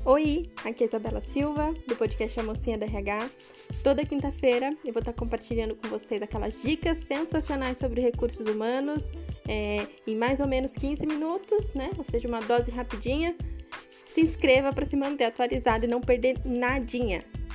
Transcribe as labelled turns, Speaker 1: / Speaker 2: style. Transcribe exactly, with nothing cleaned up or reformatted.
Speaker 1: Oi, aqui é Isabela Silva, do podcast A Mocinha da R H. Toda quinta-feira eu vou estar compartilhando com vocês aquelas dicas sensacionais sobre recursos humanos é, em mais ou menos quinze minutos, né? Ou seja, uma dose rapidinha. Se inscreva para se manter atualizado e não perder nadinha.